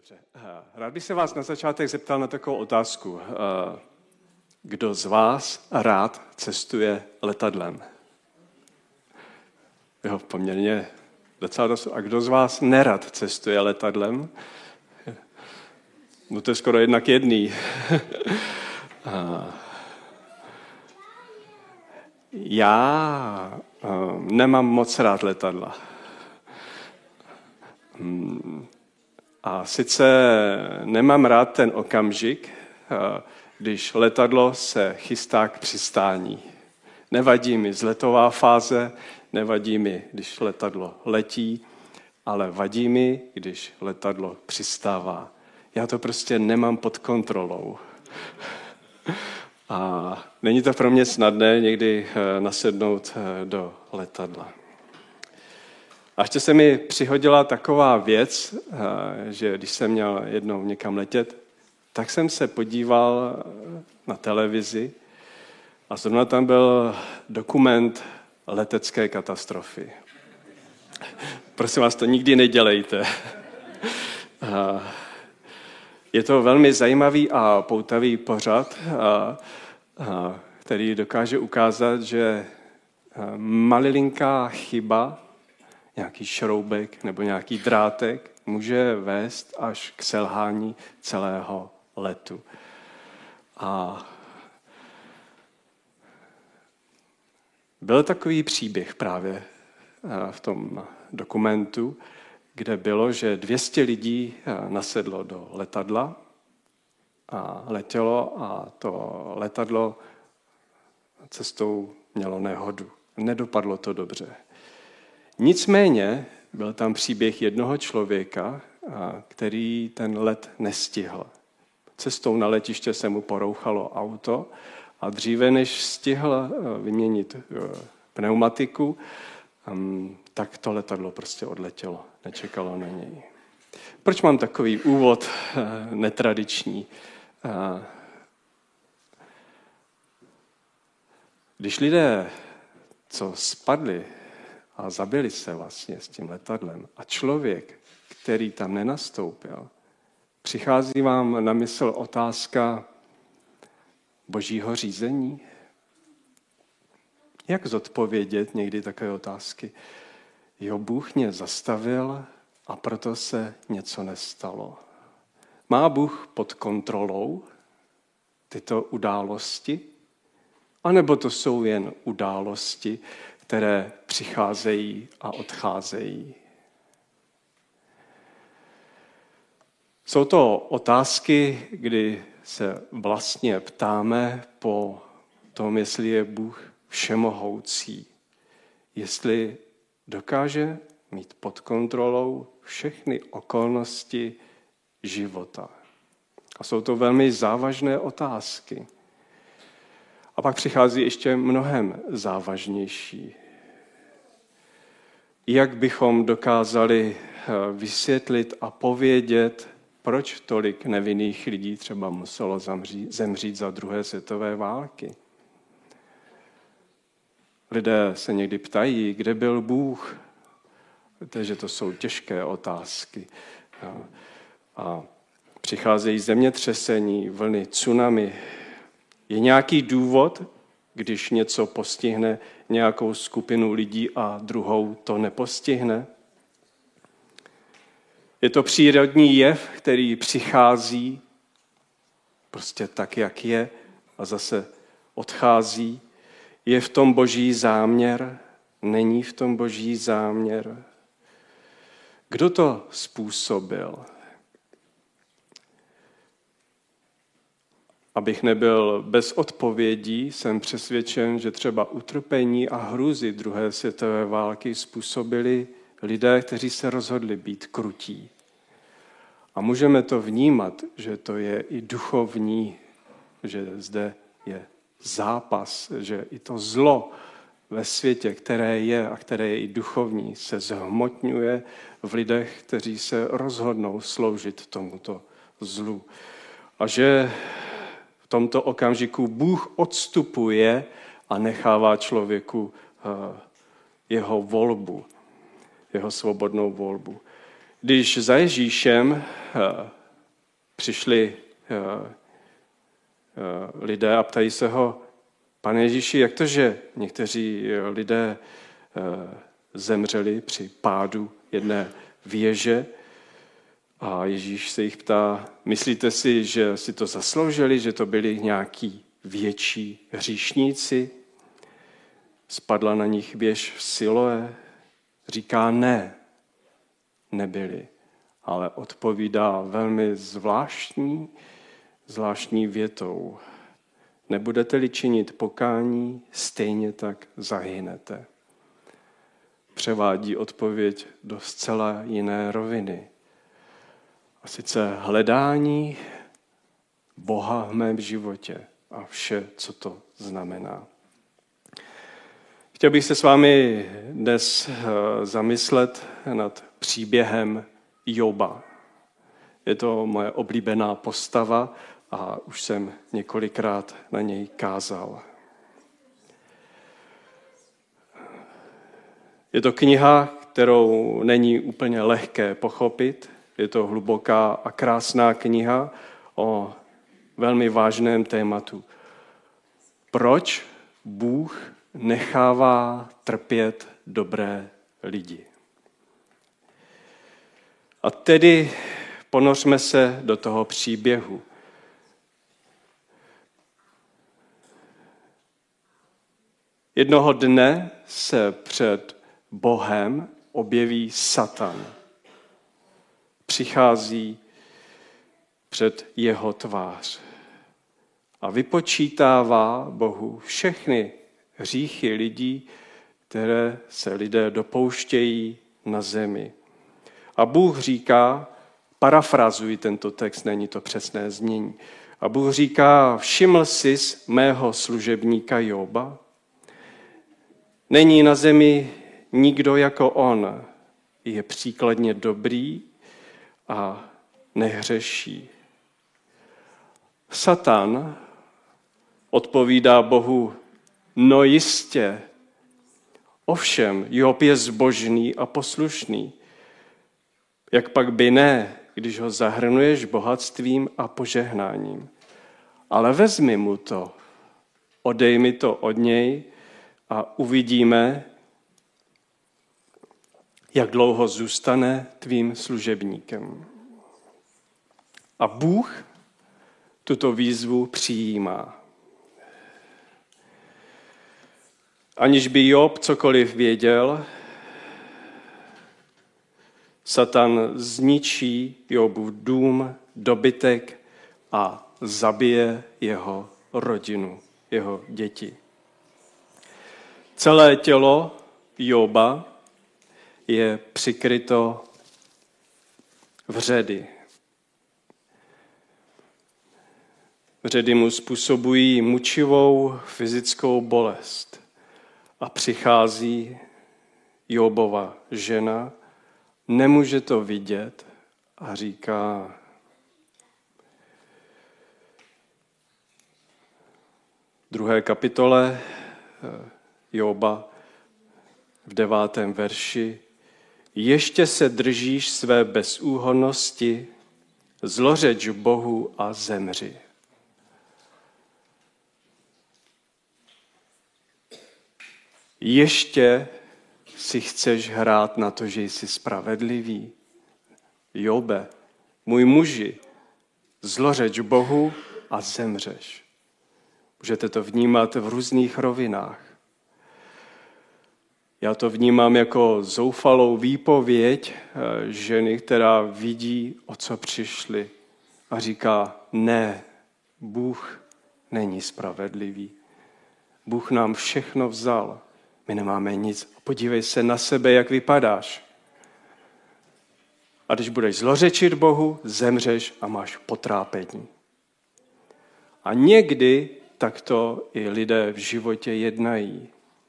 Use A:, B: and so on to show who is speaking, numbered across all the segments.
A: Dobře. Rád bych se vás na začátek zeptal na takovou otázku. Kdo z vás rád cestuje letadlem? Jo, poměrně docela dost. A kdo z vás nerad cestuje letadlem? No to je skoro jednak jedný. Já nemám moc rád letadla. A sice nemám rád ten okamžik, když letadlo se chystá k přistání. Nevadí mi vzletová fáze, nevadí mi, když letadlo letí, ale vadí mi, když letadlo přistává. Já to prostě nemám pod kontrolou. A není to pro mě snadné někdy nasednout do letadla. A ještě se mi přihodila taková věc, že když jsem měl jednou někam letět, tak jsem se podíval na televizi a zrovna tam byl dokument letecké katastrofy. Prosím vás, to nikdy nedělejte. Je to velmi zajímavý a poutavý pořad, který dokáže ukázat, že malilinká chyba, nějaký šroubek nebo nějaký drátek může vést až k selhání celého letu. A byl takový příběh právě v tom dokumentu, kde bylo, že 200 lidí nasedlo do letadla a letělo a to letadlo cestou mělo nehodu. Nedopadlo to dobře. Nicméně byl tam příběh jednoho člověka, který ten let nestihl. Cestou na letiště se mu porouchalo auto a dříve než stihl vyměnit pneumatiku, tak to letadlo prostě odletělo. Nečekalo na něj. Proč mám takový úvod netradiční? Když lidé, co spadli a zabili se vlastně s tím letadlem a člověk, který tam nenastoupil, přichází vám na mysl otázka božího řízení? Jak zodpovědět někdy takové otázky? Jo, Bůh mě zastavil a proto se něco nestalo. Má Bůh pod kontrolou tyto události? A nebo to jsou jen události, které přicházejí a odcházejí? Jsou to otázky, kdy se vlastně ptáme po tom, jestli je Bůh všemohoucí, jestli dokáže mít pod kontrolou všechny okolnosti života. A jsou to velmi závažné otázky. A pak přichází ještě mnohem závažnější. Jak bychom dokázali vysvětlit a povědět, proč tolik nevinných lidí třeba muselo zemřít za druhé světové války? Lidé se někdy ptají, kde byl Bůh. Víte, že to jsou těžké otázky. A přicházejí zemětřesení, vlny, tsunami. Je nějaký důvod, když něco postihne nějakou skupinu lidí a druhou to nepostihne? Je to přírodní jev, který přichází prostě tak, jak je a zase odchází. Je v tom boží záměr? Není v tom boží záměr? Kdo to způsobil? Abych nebyl bez odpovědí, jsem přesvědčen, že třeba utrpení a hrůzy druhé světové války způsobili lidé, kteří se rozhodli být krutí. A můžeme to vnímat, že to je i duchovní, že zde je zápas, že i to zlo ve světě, které je a které je i duchovní, se zhmotňuje v lidech, kteří se rozhodnou sloužit tomuto zlu. A že v tomto okamžiku Bůh odstupuje a nechává člověku jeho volbu, jeho svobodnou volbu. Když za Ježíšem přišli lidé a ptají se ho, Pane Ježíši, jak to, že někteří lidé zemřeli při pádu jedné věže? A Ježíš se jich ptá, myslíte si, že si to zasloužili, že to byli nějaký větší hříšníci? Spadla na nich věž v Siloé? Říká ne, nebyli, ale odpovídá velmi zvláštní větou. Nebudete-li činit pokání, stejně tak zahynete. Převádí odpověď do zcela jiné roviny. A sice hledání Boha v mém životě a vše, co to znamená. Chtěl bych se s vámi dnes zamyslet nad příběhem Joba. Je to moje oblíbená postava a už jsem několikrát na něj kázal. Je to kniha, kterou není úplně lehké pochopit. Je to hluboká a krásná kniha o velmi vážném tématu. Proč Bůh nechává trpět dobré lidi? A tedy ponořme se do toho příběhu. Jednoho dne se před Bohem objeví Satan. Přichází před jeho tvář a vypočítává Bohu všechny hříchy lidí, které se lidé dopouštějí na zemi. A Bůh říká, parafrazuji tento text, není to přesné znění, a Bůh říká, všiml sis mého služebníka Joba? Není na zemi nikdo jako on, je příkladně dobrý a nehřeší. Satan odpovídá Bohu, no jistě, ovšem Job je zbožný a poslušný. Jak pak by ne, když ho zahrnuješ bohatstvím a požehnáním. Ale vezmi mu to, odej mi to od něj a uvidíme, jak dlouho zůstane tvým služebníkem. A Bůh tuto výzvu přijímá. Aniž by Job cokoliv věděl, Satan zničí Jobův dům, dobytek a zabije jeho rodinu, jeho děti. Celé tělo Joba je přikryto vředy. Vředy mu způsobují mučivou fyzickou bolest a přichází Jobova žena, nemůže to vidět a říká, v 2. kapitole Joba v 9. verši, ještě se držíš své bezúhonnosti, zlořeč Bohu a zemři. Ještě si chceš hrát na to, že jsi spravedlivý. Jobe, můj muži, zlořeč Bohu a zemřeš. Můžete to vnímat v různých rovinách. Já to vnímám jako zoufalou výpověď ženy, která vidí, o co přišli a říká, ne, Bůh není spravedlivý. Bůh nám všechno vzal. My nemáme nic. Podívej se na sebe, jak vypadáš. A když budeš zlořečit Bohu, zemřeš a máš potrápení. A někdy takto i lidé v životě jednají.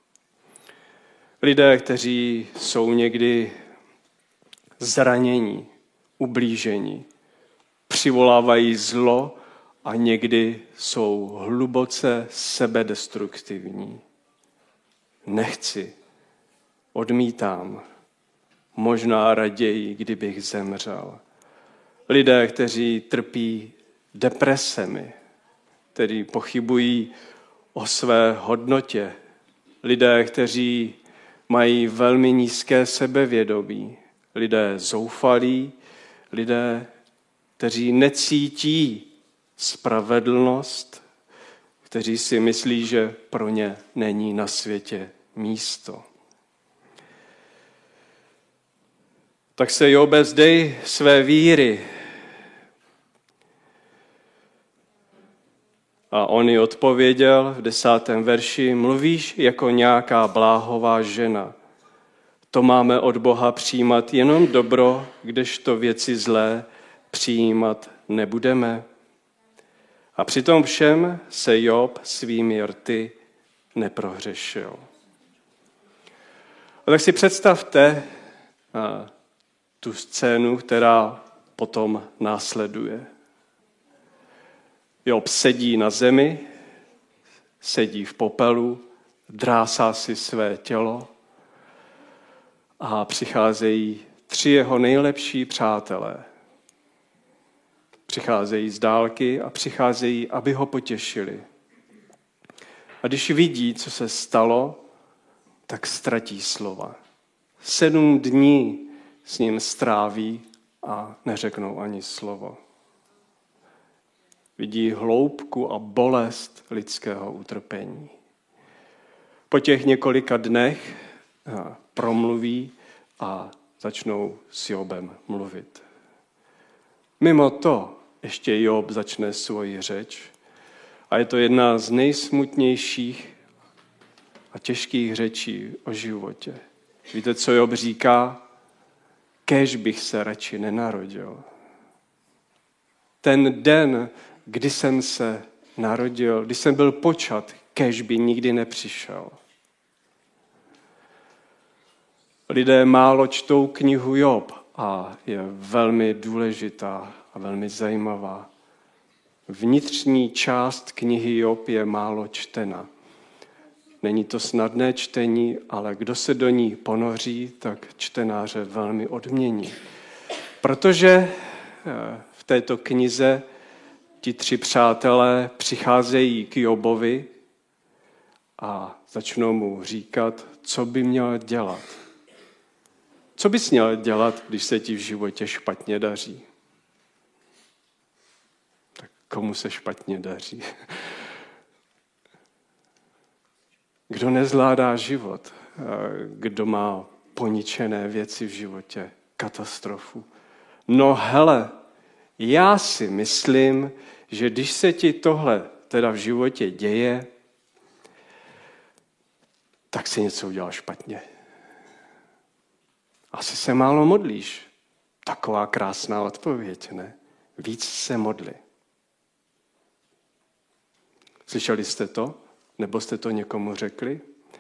A: Lidé, kteří jsou někdy zranění, ublížení, přivolávají zlo a někdy jsou hluboce sebedestruktivní. Nechci, odmítám, možná raději, kdybych zemřel. Lidé, kteří trpí depresemi, kteří pochybují o své hodnotě. Lidé, kteří mají velmi nízké sebevědomí. Lidé zoufalí, lidé, kteří necítí spravedlnost, kteří si myslí, že pro ně není na světě místo. Tak se Jobe vzdej své víry. A on jí odpověděl v 10. verši, mluvíš jako nějaká bláhová žena. To máme od Boha přijímat jenom dobro, kdežto věci zlé přijímat nebudeme. A přitom všem se Job svými rty neprohřešil. A tak si představte tu scénu, která potom následuje. Job sedí na zemi, sedí v popelu, drásá si své tělo a přicházejí 3 jeho nejlepší přátelé. Přicházejí z dálky a přicházejí, aby ho potěšili. A když vidí, co se stalo, tak ztratí slova. 7 dní s ním stráví a neřeknou ani slovo. Vidí hloubku a bolest lidského utrpení. Po těch několika dnech promluví a začnou s Jobem mluvit. Mimo to ještě Job začne svoji řeč a je to jedna z nejsmutnějších a těžkých řečí o životě. Víte, co Job říká? Kéž bych se radši nenarodil. Ten den, kdy jsem se narodil, když jsem byl počat, kéž by nikdy nepřišel. Lidé málo čtou knihu Job a je velmi důležitá a velmi zajímavá. Vnitřní část knihy Job je málo čtena. Není to snadné čtení, ale kdo se do ní ponoří, tak čtenáře velmi odmění. Protože v této knize ti 3 přátelé přicházejí k Jobovi a začnou mu říkat, co by měl dělat. Co bys měl dělat, když se ti v životě špatně daří? Tak komu se špatně daří? Kdo nezvládá život? Kdo má poničené věci v životě? Katastrofu. No hele, já si myslím, že když se ti tohle teda v životě děje, tak si něco udělal špatně. Asi se málo modlíš. Taková krásná odpověď, ne? Víc se modli. Slyšeli jste to? Nebo jste to někomu řekli?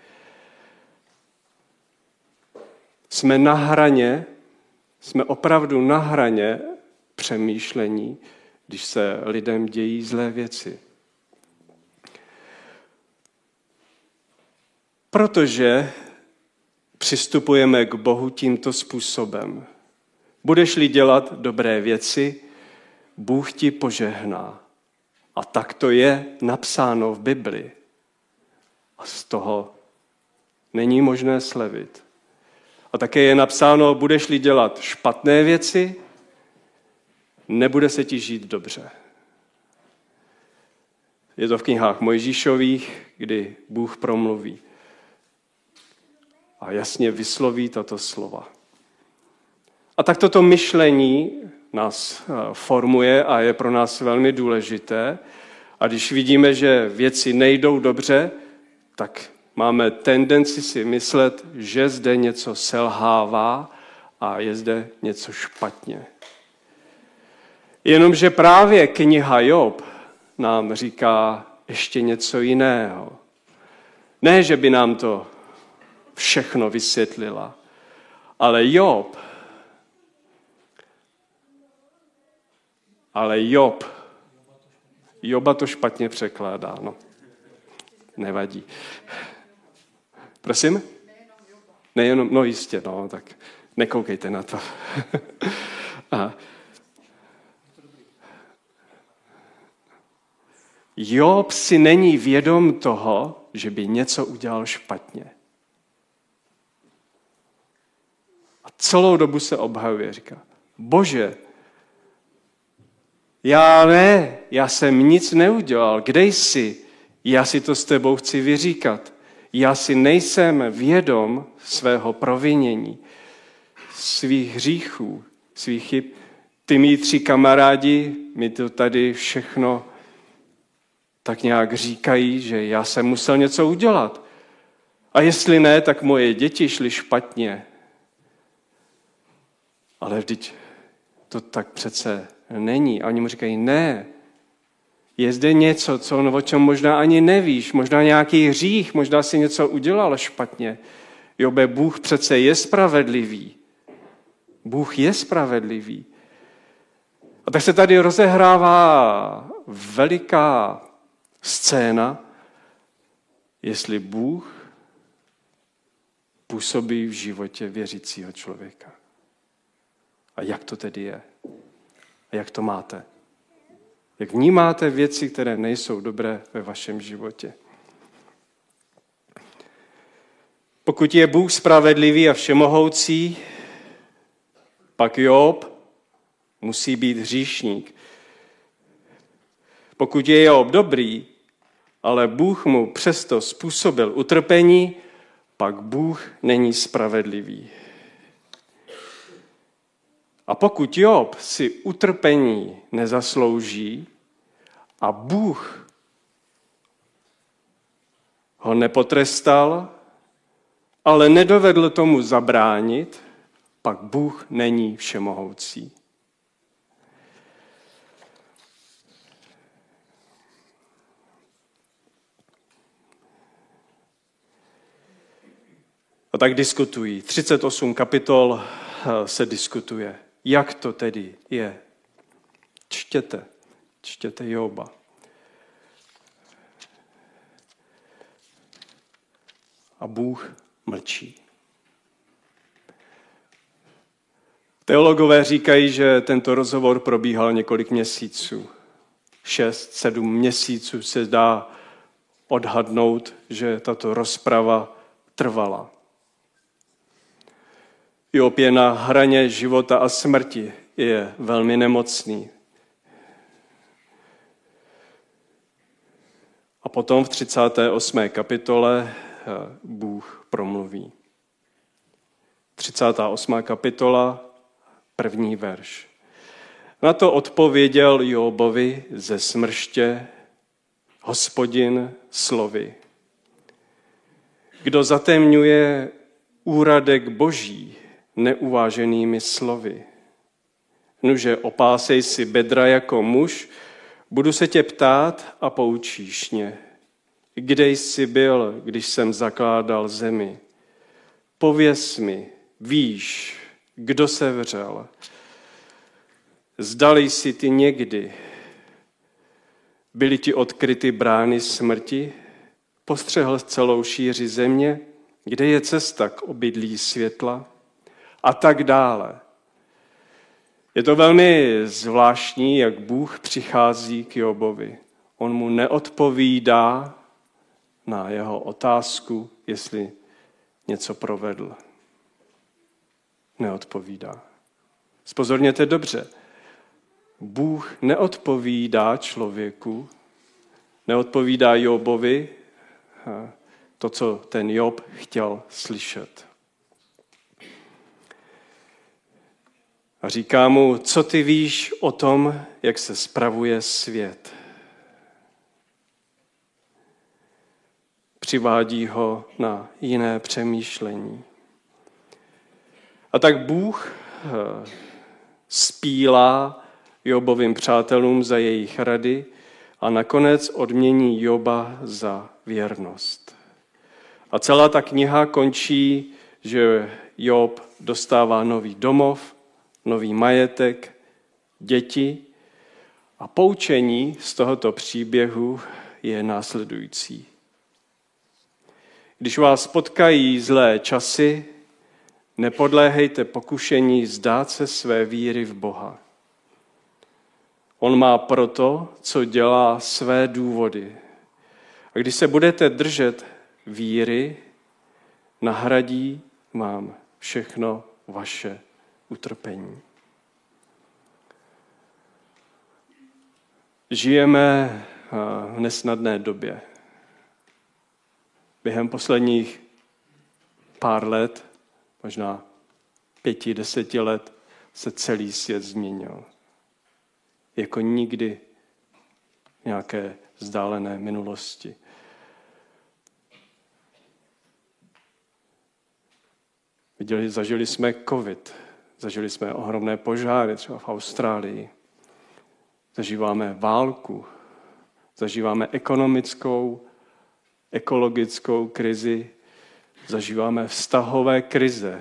A: Jsme na hraně, jsme opravdu na hraně přemýšlení, když se lidem dějí zlé věci. Protože přistupujeme k Bohu tímto způsobem. Budeš-li dělat dobré věci, Bůh ti požehná. A tak to je napsáno v Bibli. A z toho není možné slevit. A také je napsáno, budeš-li dělat špatné věci, nebude se ti žít dobře. Je to v knihách Mojžíšových, kdy Bůh promluví a jasně vysloví tato slova. A tak toto myšlení nás formuje a je pro nás velmi důležité. A když vidíme, že věci nejdou dobře, tak máme tendenci si myslet, že zde něco selhává a je zde něco špatně. Jenomže právě kniha Job nám říká ještě něco jiného. Ne, že by nám to všechno vysvětlila, ale Joba to špatně překládá, no. Nevadí. Prosím? Nejenom, no jistě, no, tak Nekoukejte na to. A Job si není vědom toho, že by něco udělal špatně. A celou dobu se obhajuje, říká, Bože, já jsem nic neudělal, kde jsi? Já si to s tebou chci vyříkat. Já si nejsem vědom svého provinění, svých hříchů, svých chyb. Ty mý 3 kamarádi mi to tady všechno tak nějak říkají, že já jsem musel něco udělat. A jestli ne, tak moje děti šly špatně. Ale vždyť to tak přece není. A oni mu říkají, ne, je zde něco, o čem možná ani nevíš, možná nějaký hřích, možná si něco udělal špatně. Jobe, Bůh přece je spravedlivý. Bůh je spravedlivý. A tak se tady rozehrává veliká scéna, jestli Bůh působí v životě věřícího člověka. A jak to tedy je? A jak to máte? Jak vnímáte věci, které nejsou dobré ve vašem životě? Pokud je Bůh spravedlivý a všemohoucí, pak Job musí být hříšník. Pokud je Job dobrý, ale Bůh mu přesto způsobil utrpení, pak Bůh není spravedlivý. A pokud Job si utrpení nezaslouží a Bůh ho nepotrestal, ale nedovedl tomu zabránit, pak Bůh není všemohoucí. A tak diskutují. 38 kapitol se diskutuje. Jak to tedy je? Čtěte Joba. A Bůh mlčí. Teologové říkají, že tento rozhovor probíhal několik měsíců. 6-7 měsíců se dá odhadnout, že tato rozprava trvala. Job je na hraně života a smrti, je velmi nemocný. A potom v 38. kapitole Bůh promluví. 38. kapitola, 1. verš. Na to odpověděl Jobovi ze smrště Hospodin slovy. Kdo zatemňuje úradek Boží neuváženými slovy. Nuže, opásej si bedra jako muž, budu se tě ptát a poučíš mě. Kde jsi byl, když jsem zakládal zemi? Pověz mi, víš, kdo se vřel? Zdali jsi ty někdy? Byly ti odkryty brány smrti? Postřehl celou šíři země? Kde je cesta k obydlí světla? A tak dále. Je to velmi zvláštní, jak Bůh přichází k Jobovi. On mu neodpovídá na jeho otázku, jestli něco provedl. Neodpovídá. Zpozorněte dobře. Bůh neodpovídá člověku, neodpovídá Jobovi to, co ten Job chtěl slyšet. A říká mu, co ty víš o tom, jak se spravuje svět. Přivádí ho na jiné přemýšlení. A tak Bůh spílá Jobovým přátelům za jejich rady a nakonec odmění Joba za věrnost. A celá ta kniha končí, že Job dostává nový domov, nový majetek, děti a poučení z tohoto příběhu je následující. Když vás potkají zlé časy, Nepodléhejte pokušení zdát se své víry v Boha. On má proto, co dělá, své důvody. A když se budete držet víry, nahradí vám všechno vaše utrpení. Žijeme v nesnadné době. Během posledních pár let, možná 5-10 let, se celý svět změnil. Jako nikdy v nějaké vzdálené minulosti. Zažili jsme covid, zažili jsme ohromné požáry, třeba v Austrálii. Zažíváme válku, zažíváme ekonomickou, ekologickou krizi, zažíváme vztahové krize.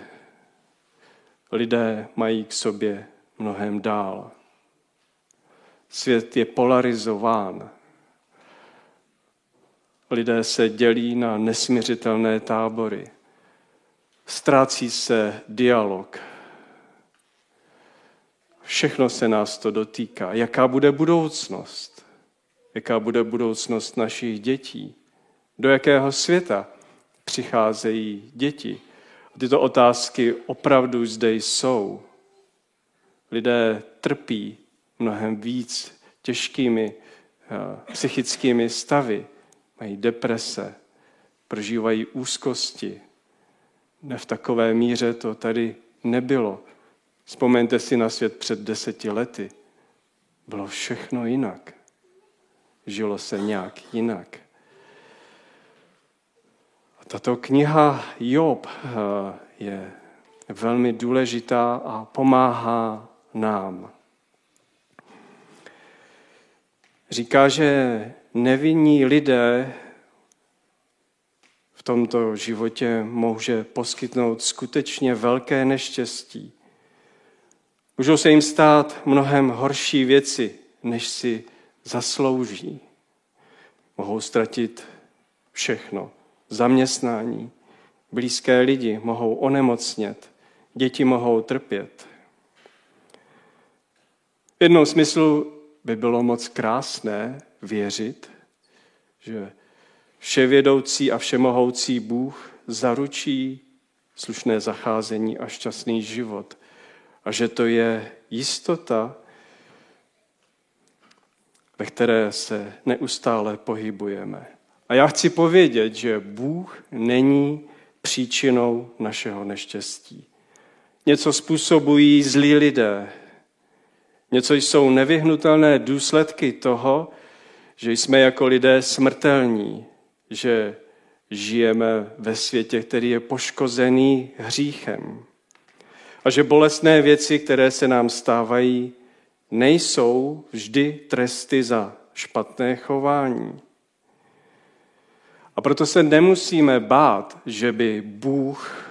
A: Lidé mají k sobě mnohem dál. Svět je polarizován. Lidé se dělí na nesmiřitelné tábory. Ztrácí se dialog. Všechno se nás to dotýká. Jaká bude budoucnost? Jaká bude budoucnost našich dětí? Do jakého světa přicházejí děti? A tyto otázky opravdu zde jsou. Lidé trpí mnohem víc těžkými psychickými stavy. Mají deprese, prožívají úzkosti. Ne v takové míře to tady nebylo. Vzpomeňte si na svět před 10 lety. Bylo všechno jinak. Žilo se nějak jinak. A tato kniha Job je velmi důležitá a pomáhá nám. Říká, že nevinní lidé v tomto životě může poskytnout skutečně velké neštěstí. Můžou se jim stát mnohem horší věci, než si zaslouží. Mohou ztratit všechno. Zaměstnání, blízké lidi mohou onemocnět, děti mohou trpět. V jednom smyslu by bylo moc krásné věřit, že vševědoucí a všemohoucí Bůh zaručí slušné zacházení a šťastný život. A že to je jistota, ve které se neustále pohybujeme. A já chci povědět, že Bůh není příčinou našeho neštěstí. Něco způsobují zlí lidé. Něco jsou nevyhnutelné důsledky toho, že jsme jako lidé smrtelní, že žijeme ve světě, který je poškozený hříchem. A že bolestné věci, které se nám stávají, nejsou vždy tresty za špatné chování. A proto se nemusíme bát, že by Bůh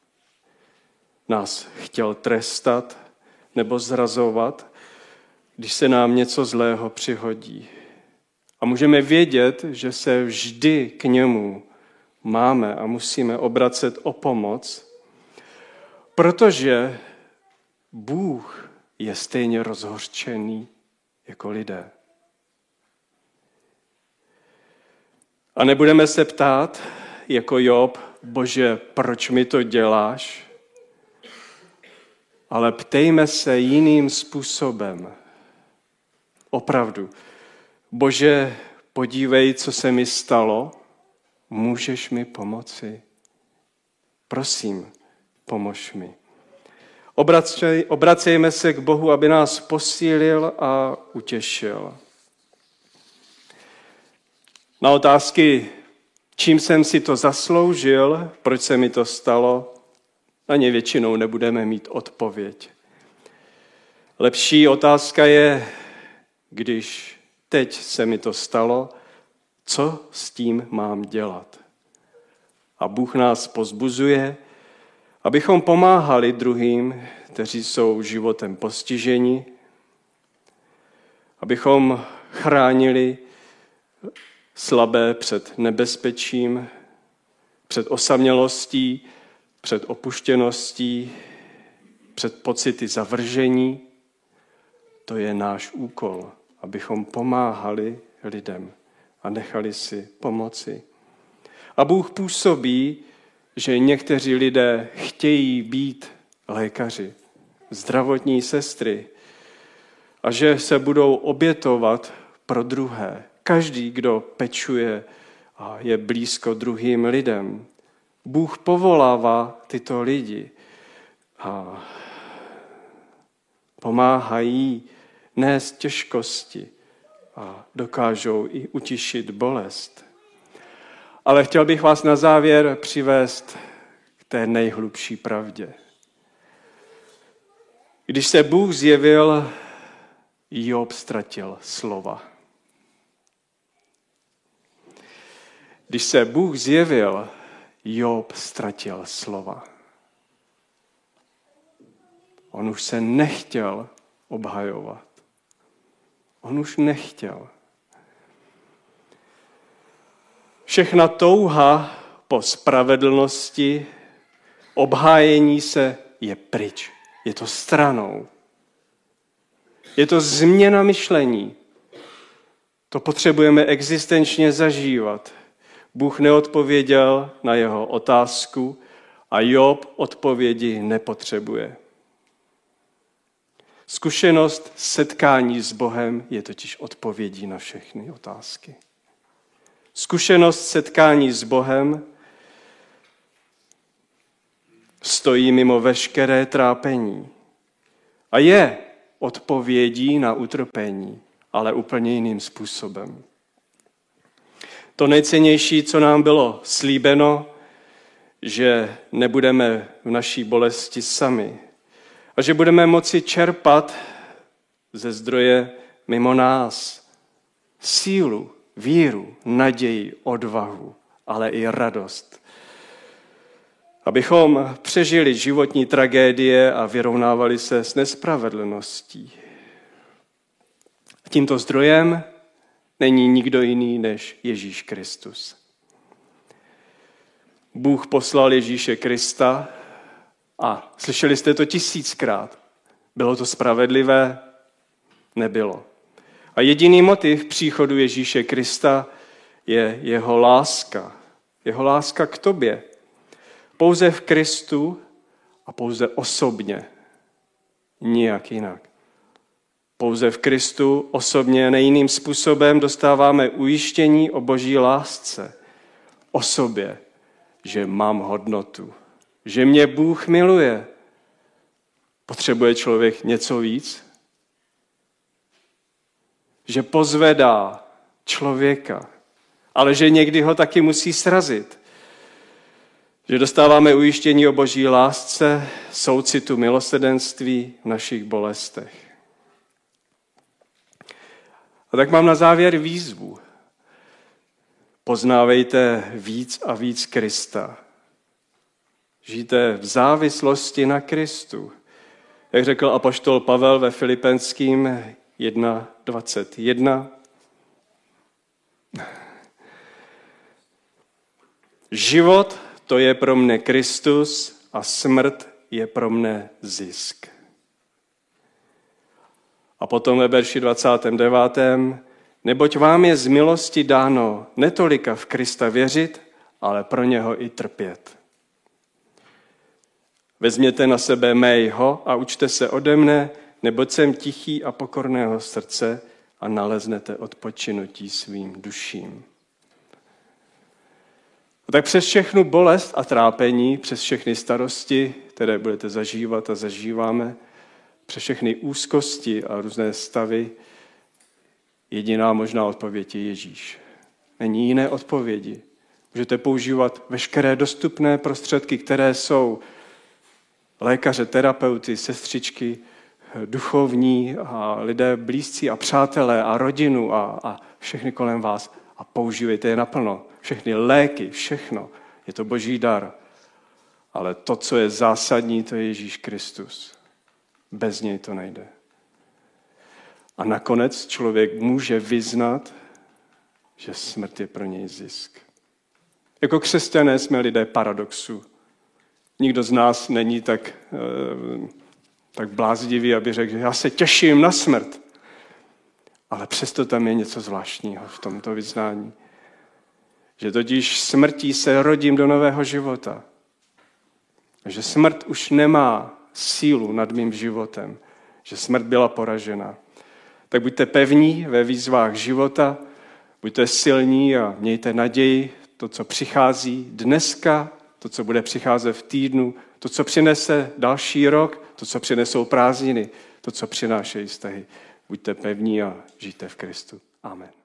A: nás chtěl trestat nebo zrazovat, když se nám něco zlého přihodí. A můžeme vědět, že se vždy k němu máme a musíme obracet o pomoc, protože Bůh je stejně rozhořčený jako lidé. A nebudeme se ptát, jako Job, Bože, proč mi to děláš? Ale ptejme se jiným způsobem. Opravdu. Bože, podívej, co se mi stalo. Můžeš mi pomoci? Prosím, pomož mi. Obracejme se k Bohu, aby nás posílil a utěšil. Na otázky, čím jsem si to zasloužil, proč se mi to stalo, na ně většinou nebudeme mít odpověď. Lepší otázka je, když teď se mi to stalo, co s tím mám dělat? A Bůh nás povzbuzuje, abychom pomáhali druhým, kteří jsou životem postiženi, abychom chránili slabé před nebezpečím, před osamělostí, před opuštěností, před pocity zavržení. To je náš úkol, abychom pomáhali lidem a nechali si pomoci. A Bůh působí, že někteří lidé chtějí být lékaři, zdravotní sestry a že se budou obětovat pro druhé. Každý, kdo pečuje a je blízko druhým lidem. Bůh povolává tyto lidi a pomáhají nést těžkosti a dokážou i utišit bolest. Ale chtěl bych vás na závěr přivést k té nejhlubší pravdě. Když se Bůh zjevil, Job ztratil slova. Když se Bůh zjevil, Job ztratil slova. On už se nechtěl obhajovat. On už nechtěl. Všechna touha po spravedlnosti, obhájení se je pryč. Je to stranou. Je to změna myšlení. To potřebujeme existenčně zažívat. Bůh neodpověděl na jeho otázku a Job odpovědi nepotřebuje. Zkušenost setkání s Bohem je totiž odpovědí na všechny otázky. Zkušenost setkání s Bohem stojí mimo veškeré trápení a je odpovědí na utrpení, ale úplně jiným způsobem. To nejcennější, co nám bylo slíbeno, že nebudeme v naší bolesti sami a že budeme moci čerpat ze zdroje mimo nás sílu, víru, naději, odvahu, ale i radost. Abychom přežili životní tragédie a vyrovnávali se s nespravedlností. Tímto zdrojem není nikdo jiný než Ježíš Kristus. Bůh poslal Ježíše Krista a slyšeli jste to 1000krát. Bylo to spravedlivé? Nebylo. A jediný motiv příchodu Ježíše Krista je jeho láska. Jeho láska k tobě. Pouze v Kristu a pouze osobně. Nijak jinak. Pouze v Kristu osobně nejiným způsobem dostáváme ujištění o Boží lásce. O sobě, že mám hodnotu. Že mě Bůh miluje. Potřebuje člověk něco víc? Že pozvedá člověka, ale že někdy ho taky musí srazit. Že dostáváme ujištění o Boží lásce, soucitu, milosrdenství v našich bolestech. A tak mám na závěr výzvu. Poznávejte víc a víc Krista. Žijte v závislosti na Kristu. Jak řekl apoštol Pavel ve Filipenským 1:21. Život to je pro mne Kristus a smrt je pro mne zisk. A potom ve verši 29. Neboť vám je z milosti dáno netolika v Krista věřit, ale pro něho i trpět. Vezměte na sebe mého a učte se ode mne, neboť jsem tichý a pokorného srdce a naleznete odpočinutí svým duším. A tak přes všechnu bolest a trápení, přes všechny starosti, které budete zažívat a zažíváme, přes všechny úzkosti a různé stavy, jediná možná odpověď je Ježíš. Není jiné odpovědi. Můžete používat veškeré dostupné prostředky, které jsou lékaře, terapeuty, sestřičky, duchovní a lidé blízcí a přátelé a rodinu a všechny kolem vás a používejte je naplno. Všechny léky, všechno. Je to Boží dar. Ale to, co je zásadní, to je Ježíš Kristus. Bez něj to nejde. A nakonec člověk může vyznat, že smrt je pro něj zisk. Jako křesťané jsme lidé paradoxu. Nikdo z nás není tak bláznivý, aby řekl, že já se těším na smrt. Ale přesto tam je něco zvláštního v tomto vyznání. Že totiž smrtí se rodím do nového života. Že smrt už nemá sílu nad mým životem. Že smrt byla poražena. Tak buďte pevní ve výzvách života, buďte silní a mějte naději, to, co přichází dneska, to, co bude přicházet v týdnu, to, co přinese další rok, to, co přinesou prázdniny, to, co přinášejí vztahy. Buďte pevní a žijte v Kristu. Amen.